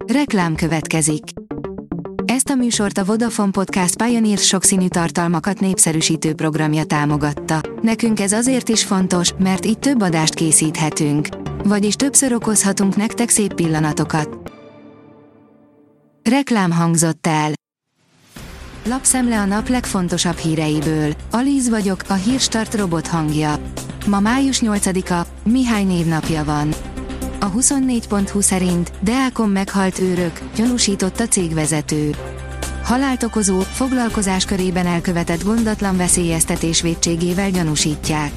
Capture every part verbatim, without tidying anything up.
Reklám következik. Ezt a műsort a Vodafone Podcast Pioneer sokszínű tartalmakat népszerűsítő programja támogatta. Nekünk ez azért is fontos, mert így több adást készíthetünk. Vagyis többször okozhatunk nektek szép pillanatokat. Reklám hangzott el. Lapszemle a nap legfontosabb híreiből. Alíz vagyok, a Hírstart robot hangja. Ma május nyolcadika, Mihály névnapja van. A huszonnégy pont hu szerint Deákon meghalt őrök, gyanúsított a cégvezető. Halált okozó, foglalkozás körében elkövetett gondatlan veszélyeztetés vétségével gyanúsítják.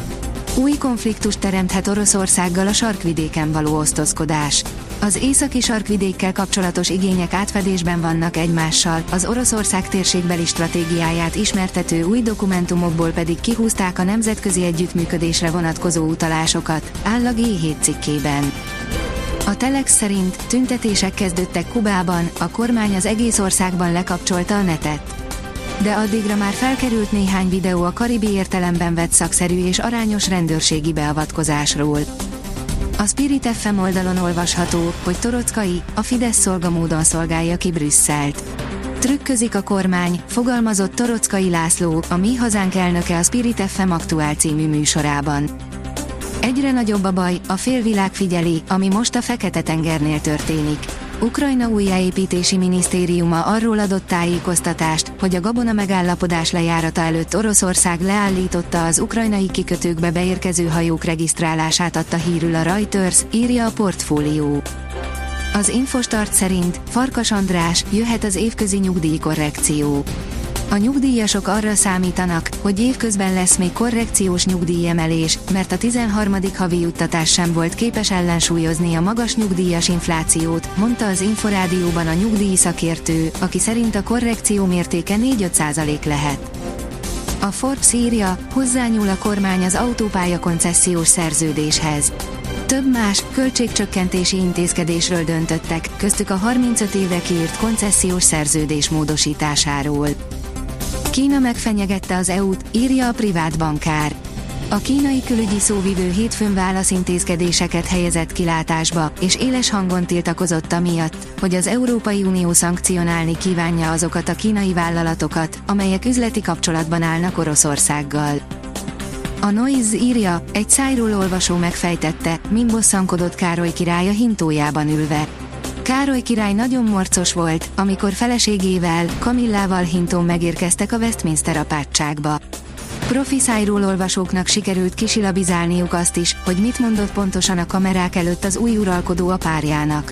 Új konfliktust teremthet Oroszországgal a sarkvidéken való osztozkodás. Az északi sarkvidékkel kapcsolatos igények átfedésben vannak egymással, az Oroszország térségbeli stratégiáját ismertető új dokumentumokból pedig kihúzták a nemzetközi együttműködésre vonatkozó utalásokat, áll a gé hét cikkében. A Telex szerint tüntetések kezdődtek Kubában, a kormány az egész országban lekapcsolta a netet. De addigra már felkerült néhány videó a karibi értelemben vett szakszerű és arányos rendőrségi beavatkozásról. A Spirit ef em oldalon olvasható, hogy Torockai, a Fidesz szolgamódon szolgálja ki Brüsszelt. Trükközik a kormány, fogalmazott Torockai László, a Mi Hazánk elnöke a Spirit ef em Aktuál című műsorában. Egyre nagyobb a baj, a félvilág figyeli, ami most a Fekete-tengernél történik. Ukrajna újjáépítési minisztériuma arról adott tájékoztatást, hogy a gabona megállapodás lejárata előtt Oroszország leállította az ukrajnai kikötőkbe beérkező hajók regisztrálását, adta hírül a Reuters, írja a Portfólió. Az Infostart szerint Farkas András, jöhet az évközi nyugdíjkorrekció. A nyugdíjasok arra számítanak, hogy évközben lesz még korrekciós nyugdíjemelés, mert a tizenharmadik havi juttatás sem volt képes ellensúlyozni a magas nyugdíjas inflációt, mondta az Inforádióban a nyugdíj szakértő, aki szerint a korrekció mértéke négy-öt százalék lehet. A Forbes írja, hozzányúl a kormány az autópálya koncesziós szerződéshez. Több más, költségcsökkentési intézkedésről döntöttek, köztük a harmincöt évre kiírt koncesziós szerződés módosításáról. Kína megfenyegette az é út, írja a privát bankár. A kínai külügyi szóvivő hétfőn válaszintézkedéseket helyezett kilátásba, és éles hangon tiltakozott amiatt, hogy az Európai Unió szankcionálni kívánja azokat a kínai vállalatokat, amelyek üzleti kapcsolatban állnak Oroszországgal. A Noise írja, egy szájról olvasó megfejtette, min bosszankodott Károly király a hintójában ülve. Károly király nagyon morcos volt, amikor feleségével, Kamillával hintón megérkeztek a Westminster apátságba. Profi szájról olvasóknak sikerült kisilabizálniuk azt is, hogy mit mondott pontosan a kamerák előtt az új uralkodó a párjának.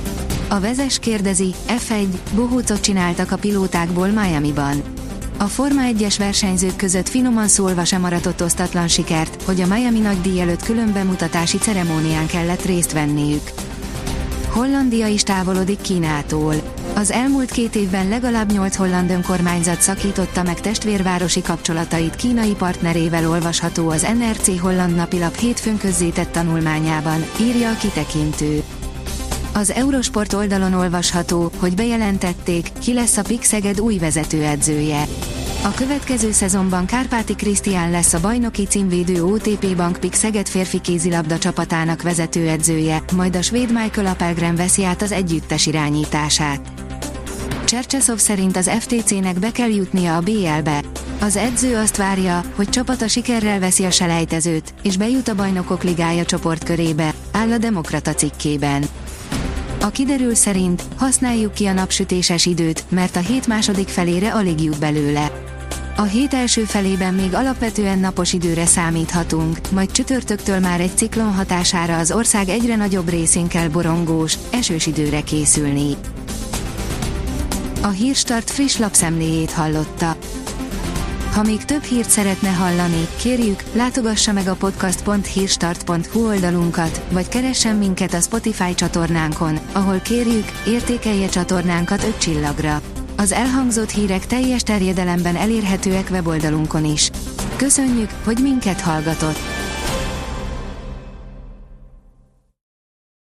A Vezes kérdezi, ef egy, bohócot csináltak a pilótákból Miamiban. A Forma egyes versenyzők között finoman szólva sem aratott osztatlan sikert, hogy a Miami nagydíj előtt külön bemutatási ceremónián kellett részt venniük. Hollandia is távolodik Kínától. Az elmúlt két évben legalább nyolc holland önkormányzat szakította meg testvérvárosi kapcsolatait kínai partnerével, olvasható az en er cé holland napilap hétfőn közzétett tanulmányában, írja a kitekintő. Az Eurosport oldalon olvasható, hogy bejelentették, ki lesz a PIK Szeged új vezetőedzője. A következő szezonban Kárpáti Krisztián lesz a bajnoki címvédő o té pé Bank PIK Szeged férfi kézilabda csapatának vezetőedzője, majd a svéd Michael Apelgren veszi át az együttes irányítását. Csercseszov szerint az ef té cének be kell jutnia a bé el-be. Az edző azt várja, hogy csapata sikerrel veszi a selejtezőt, és bejut a Bajnokok Ligája csoportkörébe, áll a Demokrata cikkében. A kiderül szerint használjuk ki a napsütéses időt, mert a hét második felére alig jut belőle. A hét első felében még alapvetően napos időre számíthatunk, majd csütörtöktől már egy ciklon hatására az ország egyre nagyobb részén kell borongós, esős időre készülni. A Hírstart friss lapszemléjét hallotta. Ha még több hírt szeretne hallani, kérjük, látogassa meg a podcast pont hírstart pont hu oldalunkat, vagy keressen minket a Spotify csatornánkon, ahol kérjük, értékelje csatornánkat öt csillagra. Az elhangzott hírek teljes terjedelemben elérhetőek weboldalunkon is. Köszönjük, hogy minket hallgatott!